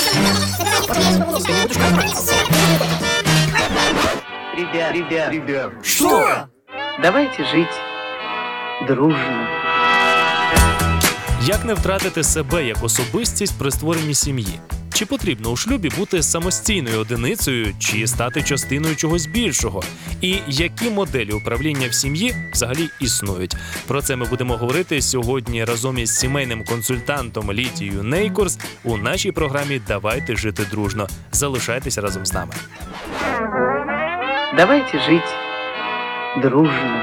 Ребят. Что? Давайте жить дружно. Як не втратити себе як особистість при створенні сім'ї? Чи потрібно у шлюбі бути самостійною одиницею, чи стати частиною чогось більшого? І які моделі управління в сім'ї взагалі існують? Про це ми будемо говорити сьогодні разом із сімейним консультантом Лідією Нейкорс у нашій програмі «Давайте жити дружно». Залишайтеся разом з нами. Давайте жить дружно.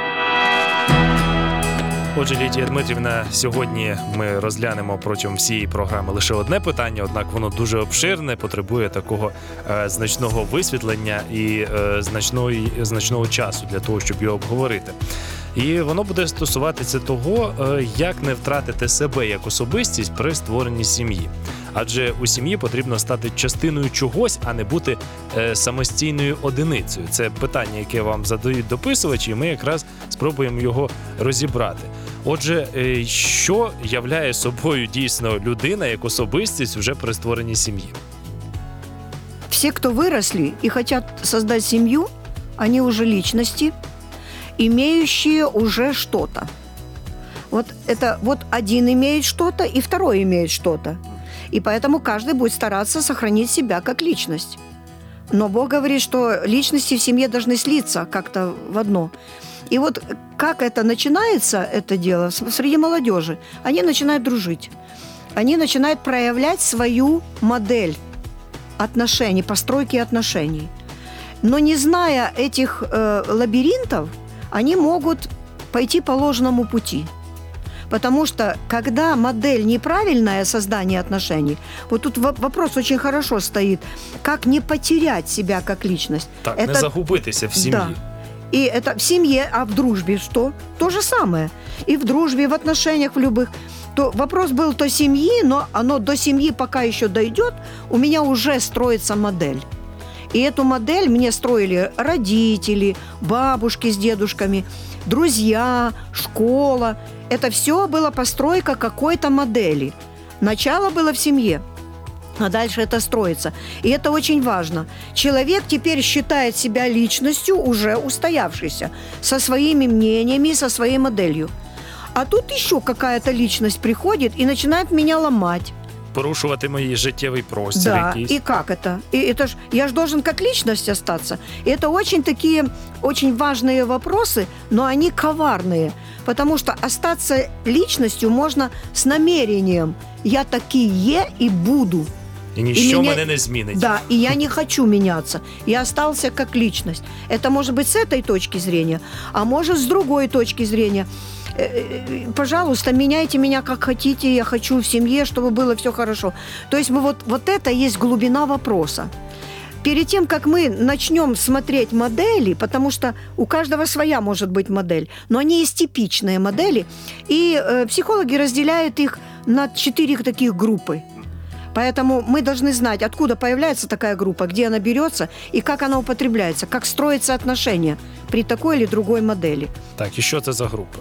Отже, Лідія Дмитрівна, сьогодні ми розглянемо протягом всієї програми лише одне питання, однак воно дуже обширне, потребує такого значного висвітлення і значного часу для того, щоб його обговорити. І воно буде стосуватися того, як не втратити себе як особистість при створенні сім'ї. Адже у сім'ї потрібно стати частиною чогось, а не бути самостійною одиницею. Це питання, яке вам задають дописувачі, і ми якраз спробуємо його розібрати. Отже, що являє собою дійсно людина як особистість вже при створенні сім'ї? Все, кто выросли и хотят создать семью, они уже личности, имеющие уже что-то. Вот это вот один имеет что-то, и второй имеет что-то. И поэтому каждый будет стараться сохранить себя как личность. Но Бог говорит, что личности в семье должны слиться как-то в одно. И вот как это начинается, это дело, среди молодежи, они начинают дружить. Они начинают проявлять свою модель отношений, постройки отношений. Но не зная этих лабиринтов, они могут пойти по ложному пути. Потому что, когда модель неправильное создание отношений, вот тут вопрос очень хорошо стоит, как не потерять себя как личность. Так, это, не загубитися в семье. Да. И это в семье, а в дружбе что? То же самое. И в дружбе, и в отношениях, в любых. То вопрос был то семьи, но оно до семьи пока еще дойдет, у меня уже строится модель. И эту модель мне строили родители, бабушки с дедушками, друзья, школа. Это все была постройка какой-то модели. Начало было в семье, а дальше это строится. И это очень важно. Человек теперь считает себя личностью уже устоявшейся, со своими мнениями, со своей моделью. А тут еще какая-то личность приходит и начинает меня ломать. Порушувати мої життєвий простір. Да, якийсь. и как это? И это ж, я же должен как личность остаться. И это очень такие, очень важные вопросы, но они коварные. Потому что остаться личностью можно с намерением. Я такие и буду. І ніщо мене не змінить. Да, и я не хочу меняться. Я остался как личность. Это может быть с этой точки зрения, а может с другой точки зрения. Пожалуйста, меняйте меня как хотите, я хочу в семье, чтобы было все хорошо. То есть вот это есть глубина вопроса. Перед тем, как мы начнем смотреть модели, потому что у каждого своя может быть модель, но они есть типичные модели, и психологи разделяют их на 4 таких группы. Поэтому мы должны знать, откуда появляется такая группа, где она берется и как она употребляется, как строятся отношения при такой или другой модели. Так, і що це за група?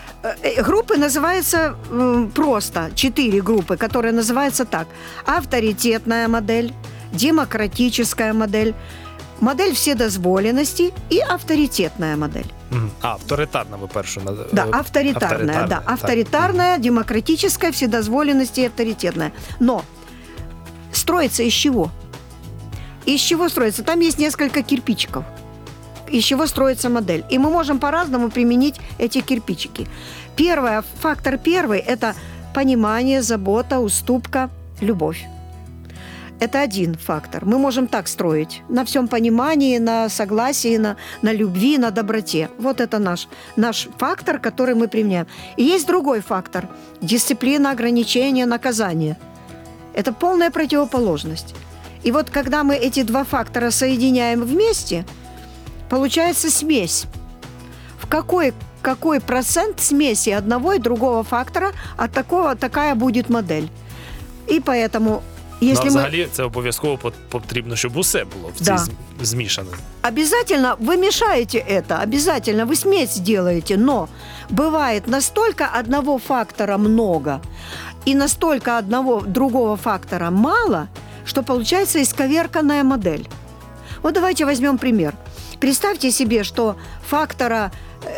Группы называются просто 4 группы, которые называются так. Авторитетная модель, демократическая модель, модель вседозволенности и авторитетная модель. Авторитарна, ви першу назвали. Да, авторитарная. Да, авторитарная, демократическая, вседозволенность и авторитетная. Но строится из чего? Из чего строится? Там есть несколько кирпичиков. Из чего строится модель. И мы можем по-разному применить эти кирпичики. Фактор первый – это понимание, забота, уступка, любовь. Это один фактор. Мы можем так строить. На всем понимании, на согласии, на любви, на доброте. Вот это наш фактор, который мы применяем. И есть другой фактор – дисциплина, ограничение, наказание. Это полная противоположность. И вот когда мы эти 2 фактора соединяем вместе – получается смесь. В какой процент смеси одного и другого фактора, от такая будет модель. И поэтому, если взагалі, це обов'язково потрібно, щоб усе було в цій змішане. Обязательно вы мешаете это, обязательно вы смесь делаете, но бывает настолько одного фактора много и настолько одного другого фактора мало, что получается исковерканная модель. Вот давайте возьмем пример. Представьте себе, что фактора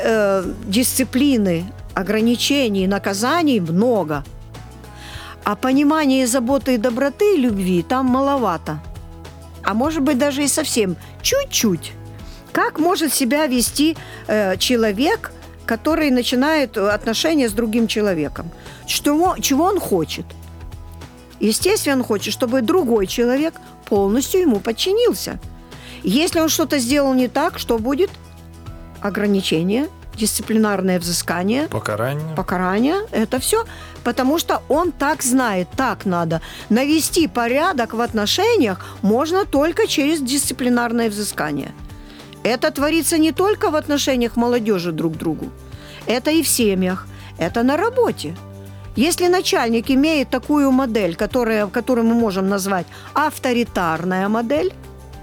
дисциплины, ограничений, наказаний много, а понимания, заботы и доброты, любви там маловато. А может быть, даже и совсем чуть-чуть. Как может себя вести человек, который начинает отношения с другим человеком? Чего он хочет? Естественно, он хочет, чтобы другой человек полностью ему подчинился. Если он что-то сделал не так, что будет? Ограничение, дисциплинарное взыскание. Покарание. Это все. Потому что он так знает, так надо. Навести порядок в отношениях можно только через дисциплинарное взыскание. Это творится не только в отношениях молодежи друг к другу. Это и в семьях. Это на работе. Если начальник имеет такую модель, которую мы можем назвать авторитарная модель,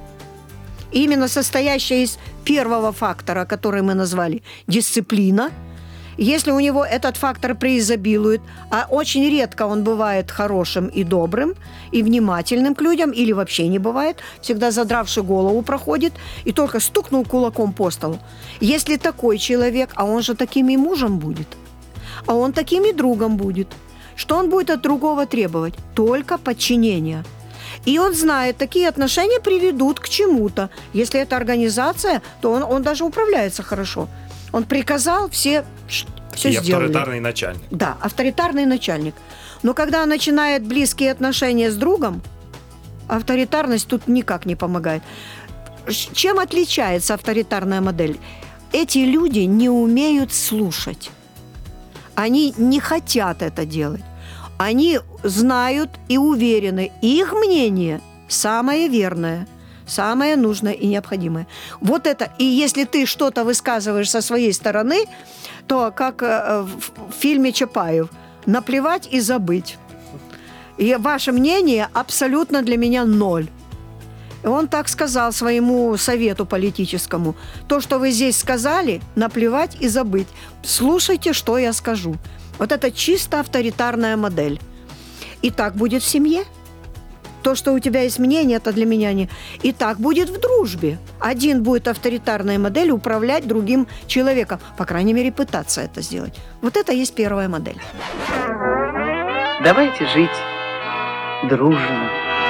именно состоящая из первого фактора, который мы назвали дисциплина, если у него этот фактор преизобилует, а очень редко он бывает хорошим и добрым, и внимательным к людям, или вообще не бывает, всегда задравший голову проходит и только стукнул кулаком по столу. Если такой человек, а он же таким и мужем будет, а он таким и другом будет, что он будет от другого требовать? Только подчинение. И он знает, такие отношения приведут к чему-то. Если это организация, то он даже управляется хорошо. Он приказал, все сделали. Авторитарный начальник. Да, авторитарный начальник. Но когда начинает близкие отношения с другом, авторитарность тут никак не помогает. Чем отличается авторитарная модель? Эти люди не умеют слушать. Они не хотят это делать. Они знают и уверены, их мнение самое верное, самое нужное и необходимое. Вот это. И если ты что-то высказываешь со своей стороны, то, как в фильме Чапаев, наплевать и забыть. И ваше мнение абсолютно для меня ноль. И он так сказал своему совету политическому. То, что вы здесь сказали, наплевать и забыть. Слушайте, что я скажу. Вот это чисто авторитарная модель. И так будет в семье. То, что у тебя есть мнение, это для меня не... И так будет в дружбе. Один будет авторитарной моделью управлять другим человеком. По крайней мере, пытаться это сделать. Вот это есть первая модель. Давайте жить дружно.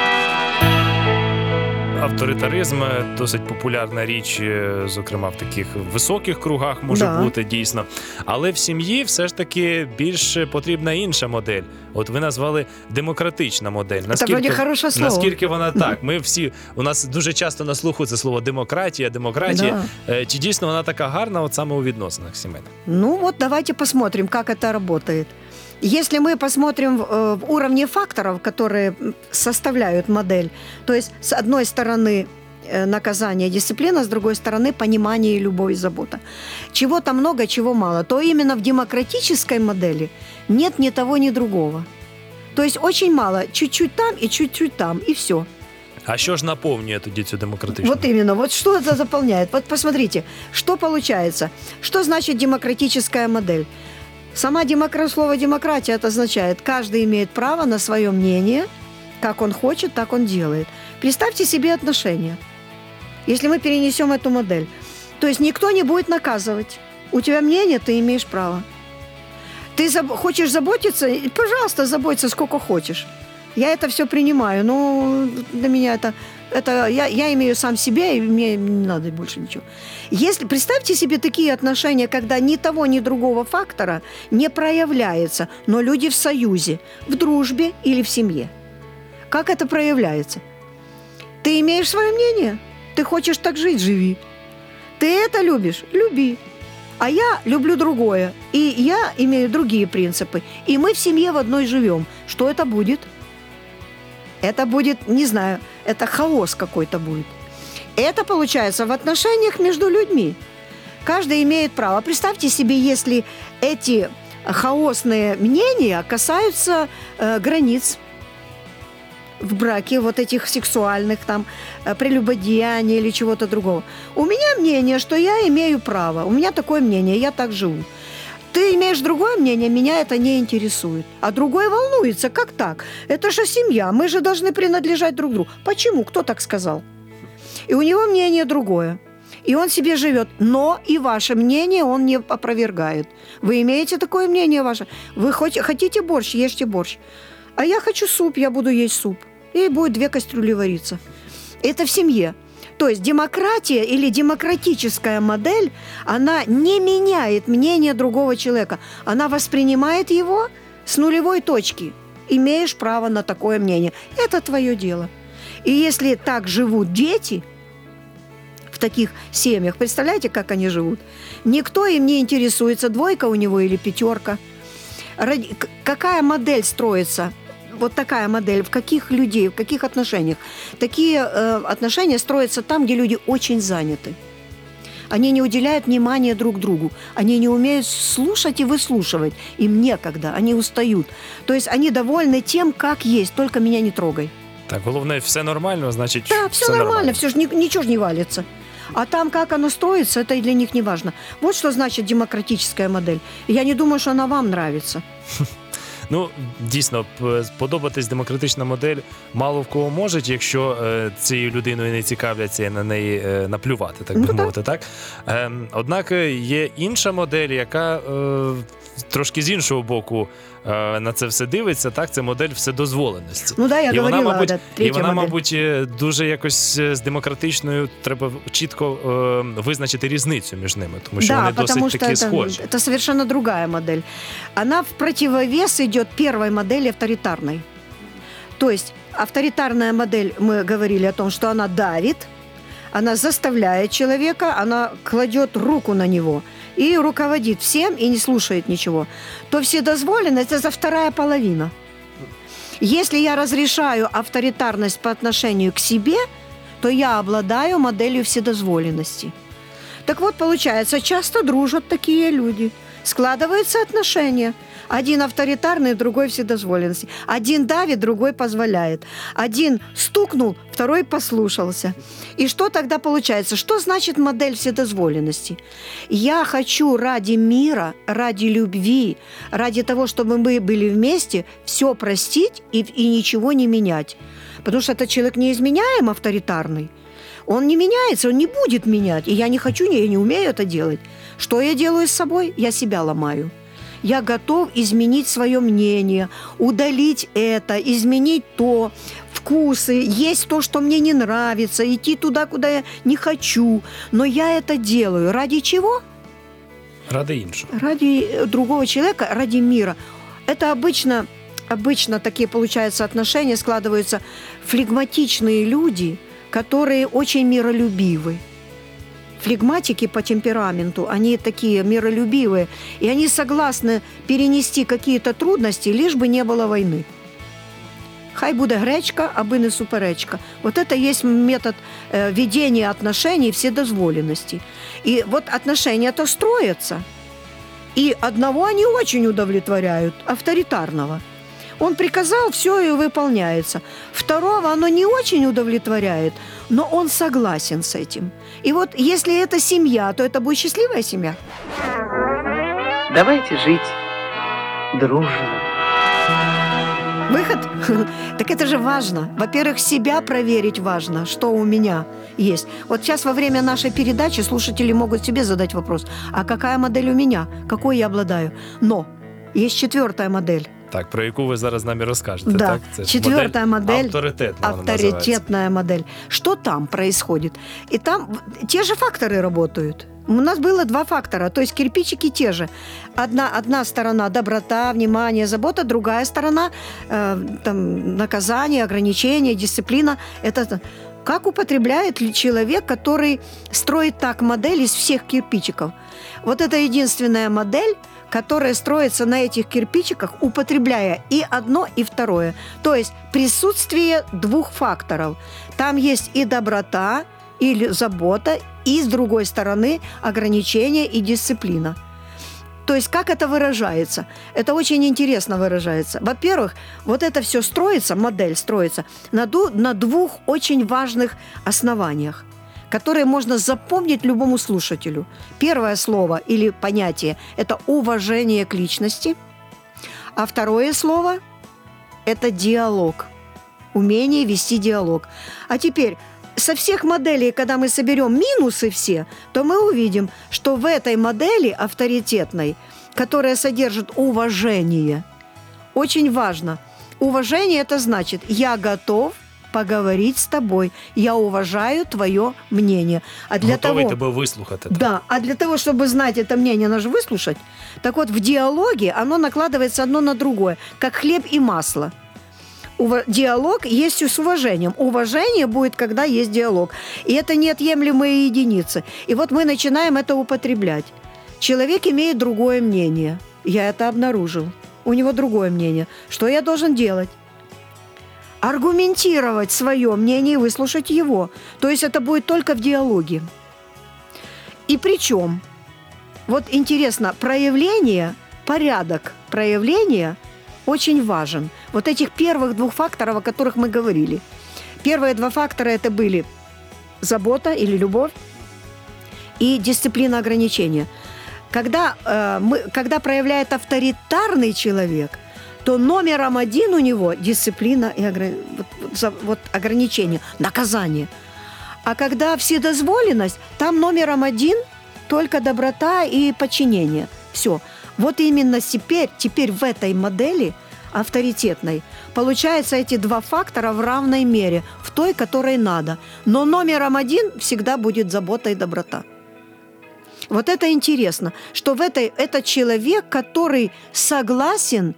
Авторитаризм досить популярна річ, зокрема в таких високих кругах може бути дійсно. Але в сім'ї все ж таки більш потрібна інша модель. От ви назвали демократична модель. Це вроді хороше слово. Наскільки вона так? Ми всі, у нас дуже часто на слуху це слово демократія. Чи дійсно вона така гарна от саме у відносинах сімейних? Ну вот давайте посмотрим, как это работает. Если мы посмотрим в уровне факторов, которые составляют модель, то есть с одной стороны наказание, дисциплина, с другой стороны понимание, любовь и забота. Чего-то много, чего мало. То именно в демократической модели нет ни того, ни другого. То есть очень мало, чуть-чуть там и чуть-чуть там, и все. А що ж наповнює тоді цю демократичну? Вот именно, вот что это заполняет. Вот посмотрите, что получается. Что значит демократическая модель? Слово «демократия» это означает, каждый имеет право на свое мнение, как он хочет, так он делает. Представьте себе отношения, если мы перенесем эту модель. То есть никто не будет наказывать. У тебя мнение, ты имеешь право. Ты хочешь заботиться? Пожалуйста, заботься сколько хочешь. Я это все принимаю, но для меня это я имею сам себя, и мне не надо больше ничего. Представьте себе такие отношения, когда ни того, ни другого фактора не проявляется, но люди в союзе, в дружбе или в семье. Как это проявляется? Ты имеешь свое мнение? Ты хочешь так жить – живи. Ты это любишь – люби. А я люблю другое, и я имею другие принципы. И мы в семье в одной живем. Что это будет? Это будет, не знаю, это хаос какой-то будет. Это получается в отношениях между людьми. Каждый имеет право. Представьте себе, если эти хаосные мнения касаются границ в браке, вот этих сексуальных, там, прелюбодеяний или чего-то другого. У меня мнение, что я имею право. У меня такое мнение, я так живу. ты имеешь другое мнение, меня это не интересует. А другой волнуется, как так? Это же семья, мы же должны принадлежать друг другу. Почему? Кто так сказал? И у него мнение другое. И он себе живет. Но и ваше мнение он не опровергает. Вы имеете такое мнение ваше? Вы хотите борщ, ешьте борщ. А я хочу суп, я буду есть суп. И будет 2 кастрюли вариться. Это в семье. То есть демократия или демократическая модель, она не меняет мнение другого человека. Она воспринимает его с нулевой точки. Имеешь право на такое мнение. Это твое дело. И если так живут дети в таких семьях, представляете, как они живут? Никто им не интересуется, 2 у него или 5. Какая модель строится? Вот такая модель. В каких людей, в каких отношениях? Такие отношения строятся там, где люди очень заняты. Они не уделяют внимания друг другу. Они не умеют слушать и выслушивать. Им некогда, они устают. То есть они довольны тем, как есть, только меня не трогай. Так, головне, все нормально, значить, Да, все нормально, все ж, ничего ж не валится. А там, как оно строится, это для них не важно. Вот что значит демократическая модель. И я не думаю, что она вам нравится. Ну, дійсно, подобатись демократична модель мало в кого може, якщо цією людиною не цікавляться і на неї наплювати, так би мовити, так? Однак є інша модель, яка трошки з іншого боку на це все дивиться, так? Це модель вседозволеності. Ну да, я говорила, і вона, мабуть, дуже якось з демократичною треба чітко визначити різницю між ними, тому що вони досить таки схожі. Это совершенно другая модель. Она в противовес идет первой модели авторитарной. То есть авторитарная модель, мы говорили о том, что она давит, она заставляет человека, она кладет руку на него и руководит всем и не слушает ничего. То вседозволенность – это вторая половина. Если я разрешаю авторитарность по отношению к себе, то я обладаю моделью вседозволенности. Так вот, получается, часто дружат такие люди. Складываются отношения. Один авторитарный, другой вседозволенности. Один давит, другой позволяет. Один стукнул, второй послушался. И что тогда получается? Что значит модель вседозволенности? Я хочу ради мира, ради любви, ради того, чтобы мы были вместе, все простить и ничего не менять. Потому что этот человек неизменяем авторитарный. Он не меняется, он не будет менять. И я не хочу, я не умею это делать. Что я делаю с собой? Я себя ломаю. Я готов изменить свое мнение, удалить это, изменить то, вкусы, есть то, что мне не нравится, идти туда, куда я не хочу. Но я это делаю. Ради чего? Ради іншого. Ради другого человека, ради мира. Это обычно такие, получаются, отношения складываются флегматичные люди, которые очень миролюбивы. Флегматики по темпераменту, они такие миролюбивые, и они согласны перенести какие-то трудности, лишь бы не было войны. Хай буде гречка, аби не суперечка. Вот это есть метод ведения отношений вседозволенности. И вот отношения-то строятся. И одного они очень удовлетворяют, авторитарного. Он приказал, все и выполняется. Второго оно не очень удовлетворяет, но он согласен с этим. И вот если это семья, то это будет счастливая семья. Давайте жить дружно. Выход? Так это же важно. Во-первых, себя проверить важно, что у меня есть. Вот сейчас во время нашей передачи слушатели могут себе задать вопрос, а какая модель у меня, какой я обладаю? Но есть 4-я модель. Так, про яку ви зараз нам і розкажете, да. так? Це 4-я модель, авторитетная модель. Что там происходит? И там те же факторы работают. У нас было 2 фактора, то есть кирпичики те же. Одна сторона – доброта, внимание, забота, другая сторона там, наказание, ограничение, дисциплина. Это как употребляет человек, который строит так модель из всех кирпичиков. Вот это единственная модель, которая строится на этих кирпичиках, употребляя и одно, и второе. То есть присутствие 2 факторов. Там есть и доброта, и забота, и, с другой стороны, ограничение и дисциплина. То есть как это выражается? Это очень интересно выражается. Во-первых, вот это все строится, модель строится на 2 очень важных основаниях. которые можно запомнить любому слушателю. Первое слово или понятие – это уважение к личности, а второе слово – это диалог, умение вести диалог. А теперь со всех моделей, когда мы соберем минусы все, то мы увидим, что в этой модели авторитетной, которая содержит уважение, очень важно. Уважение – это значит «я готов поговорить с тобой, я уважаю твое мнение». А для Готовий того, тебе вислухати. да, а для того, чтобы знать это мнение, надо же выслушать. Так вот, в диалоге оно накладывается одно на другое, как хлеб и масло. Диалог есть с уважением. Уважение будет, когда есть диалог. И это неотъемлемые единицы. И вот мы начинаем это употреблять. Человек имеет другое мнение. Я это обнаружил. У него другое мнение. Что я должен делать? Аргументировать свое мнение и выслушать его. То есть это будет только в диалоге. И причем, вот интересно, проявление, порядок проявления очень важен. Вот этих первых двух факторов, о которых мы говорили. Первые два фактора это были забота или любовь и дисциплина ограничения. Когда проявляет авторитарный человек, то номером один у него дисциплина и ограничение, наказание. А когда вседозволенность, там номером один только доброта и подчинение. Все. Вот именно теперь в этой модели авторитетной получается эти два фактора в равной мере, в той, которой надо. Но номером один всегда будет забота и доброта. Вот это интересно, что это человек, который согласен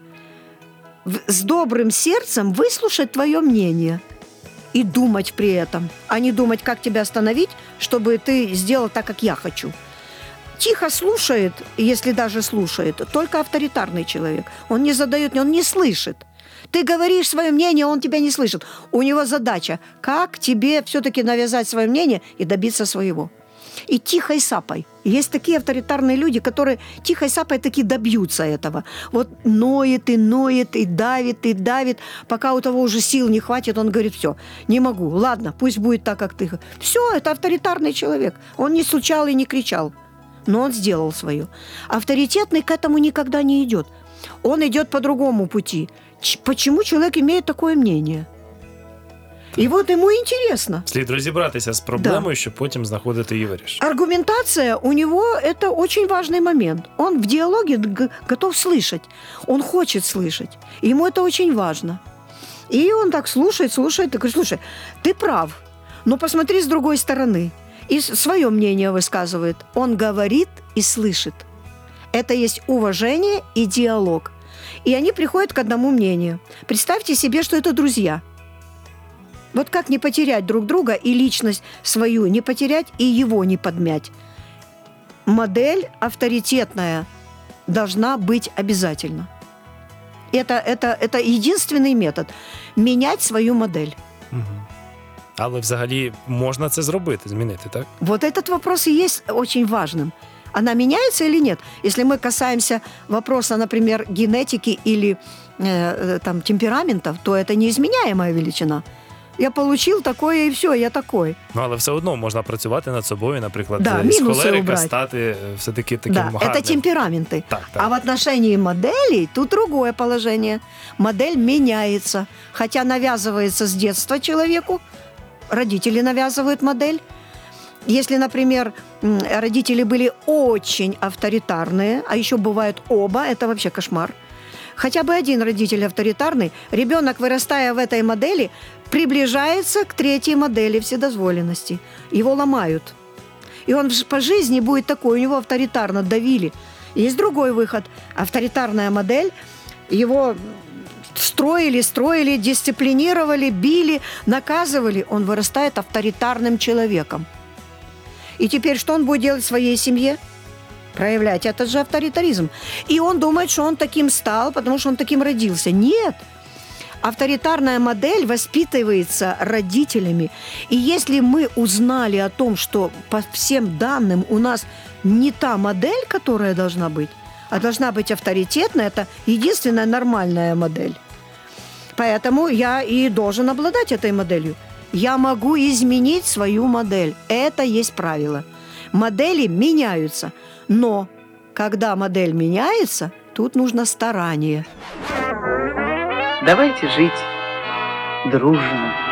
с добрым сердцем выслушать твое мнение и думать при этом, а не думать, как тебя остановить, чтобы ты сделал так, как я хочу. Тихо слушает, если даже слушает, только авторитарный человек. Он не задает, он не слышит. Ты говоришь свое мнение, он тебя не слышит. У него задача, как тебе все-таки навязать свое мнение и добиться своего. И тихой сапой. Есть такие авторитарные люди, которые тихой сапой таки добьются этого. Вот ноет, и давит, пока у того уже сил не хватит, он говорит, все, не могу, ладно, пусть будет так, как ты. Все, это авторитарный человек. Он не стучал и не кричал, но он сделал свое. Авторитетный к этому никогда не идет. Он идет по другому пути. Почему человек имеет такое мнение? І от йому інтересно. Слід розібратися з проблемою, щоб потім знаходити її вирішення. Аргументация у него – это очень важный момент. Он в диалоге готов слышать. Он хочет слышать. Ему это очень важно. И он так слушает, и говорит, слушай, ты прав, но посмотри с другой стороны. И свое мнение высказывает. Он говорит и слышит. Это есть уважение и диалог. И они приходят к одному мнению. Представьте себе, что это друзья. Вот как не потерять друг друга и личность свою не потерять, и его не подмять? Модель авторитетная должна быть обязательно. Это единственный метод – менять свою модель. Угу. Але взагалі можна це зробити, змінити, так? Вот этот вопрос и есть очень важным. Она меняется или нет? Если мы касаемся вопроса, например, генетики или темпераментов, то это неизменяемая величина. Я получил такое, і все, я такой. Ну, але все одно можна працювати над собою, наприклад, да, з холерика убрать. стати все-таки таким гарним. Это темпераменты. Так. А в отношении моделей тут другое положение. Модель меняется. Хотя навязывается с детства человеку, родители навязывают модель. Если, например, родители были очень авторитарные, а еще бывают оба, это вообще кошмар. Хотя бы один родитель авторитарный, ребенок, вырастая в этой модели, приближается к третьей модели вседозволенности. Его ломают. И он по жизни будет такой, у него авторитарно давили. Есть другой выход. Авторитарная модель, его строили, дисциплинировали, били, наказывали. Он вырастает авторитарным человеком. И теперь что он будет делать в своей семье? Проявлять этот же авторитаризм. И он думает, что он таким стал, потому что он таким родился. Нет. Авторитарная модель воспитывается родителями. И если мы узнали о том, что по всем данным у нас не та модель, которая должна быть, а должна быть авторитетная, это единственная нормальная модель. Поэтому я и должен обладать этой моделью. я могу изменить свою модель. Это есть правило. Модели меняются, но когда модель меняется, тут нужно старание. Давайте жить дружно.